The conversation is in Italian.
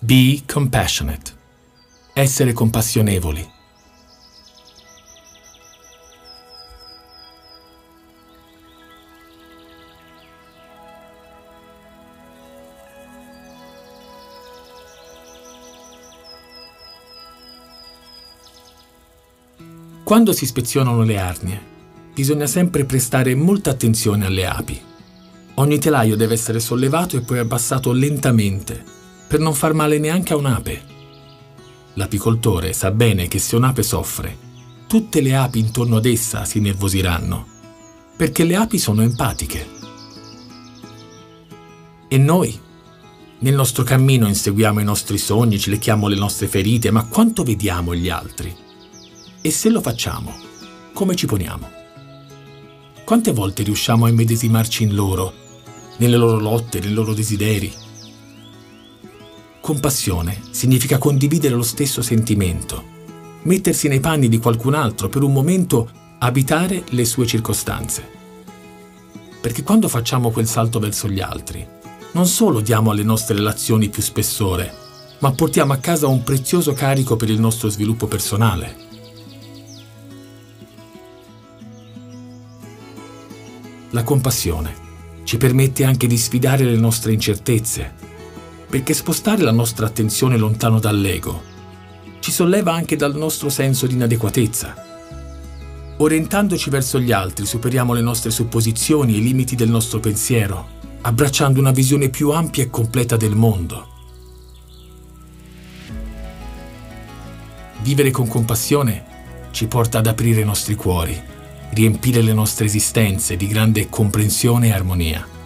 Be compassionate. Essere compassionevoli. Quando si ispezionano le arnie, bisogna sempre prestare molta attenzione alle api. Ogni telaio deve essere sollevato e poi abbassato lentamente, per non far male neanche a un'ape. L'apicoltore sa bene che se un'ape soffre, tutte le api intorno ad essa si innervosiranno, perché le api sono empatiche. E noi? Nel nostro cammino inseguiamo i nostri sogni, ci lecchiamo le nostre ferite, ma quanto vediamo gli altri? E se lo facciamo, come ci poniamo? Quante volte riusciamo a immedesimarci in loro, nelle loro lotte, nei loro desideri? Compassione significa condividere lo stesso sentimento, mettersi nei panni di qualcun altro, per un momento abitare le sue circostanze. Perché quando facciamo quel salto verso gli altri, non solo diamo alle nostre relazioni più spessore, ma portiamo a casa un prezioso carico per il nostro sviluppo personale. La compassione ci permette anche di sfidare le nostre incertezze, perché spostare la nostra attenzione lontano dall'ego ci solleva anche dal nostro senso di inadeguatezza. Orientandoci verso gli altri superiamo le nostre supposizioni e i limiti del nostro pensiero, abbracciando una visione più ampia e completa del mondo. Vivere con compassione ci porta ad aprire i nostri cuori, riempire le nostre esistenze di grande comprensione e armonia.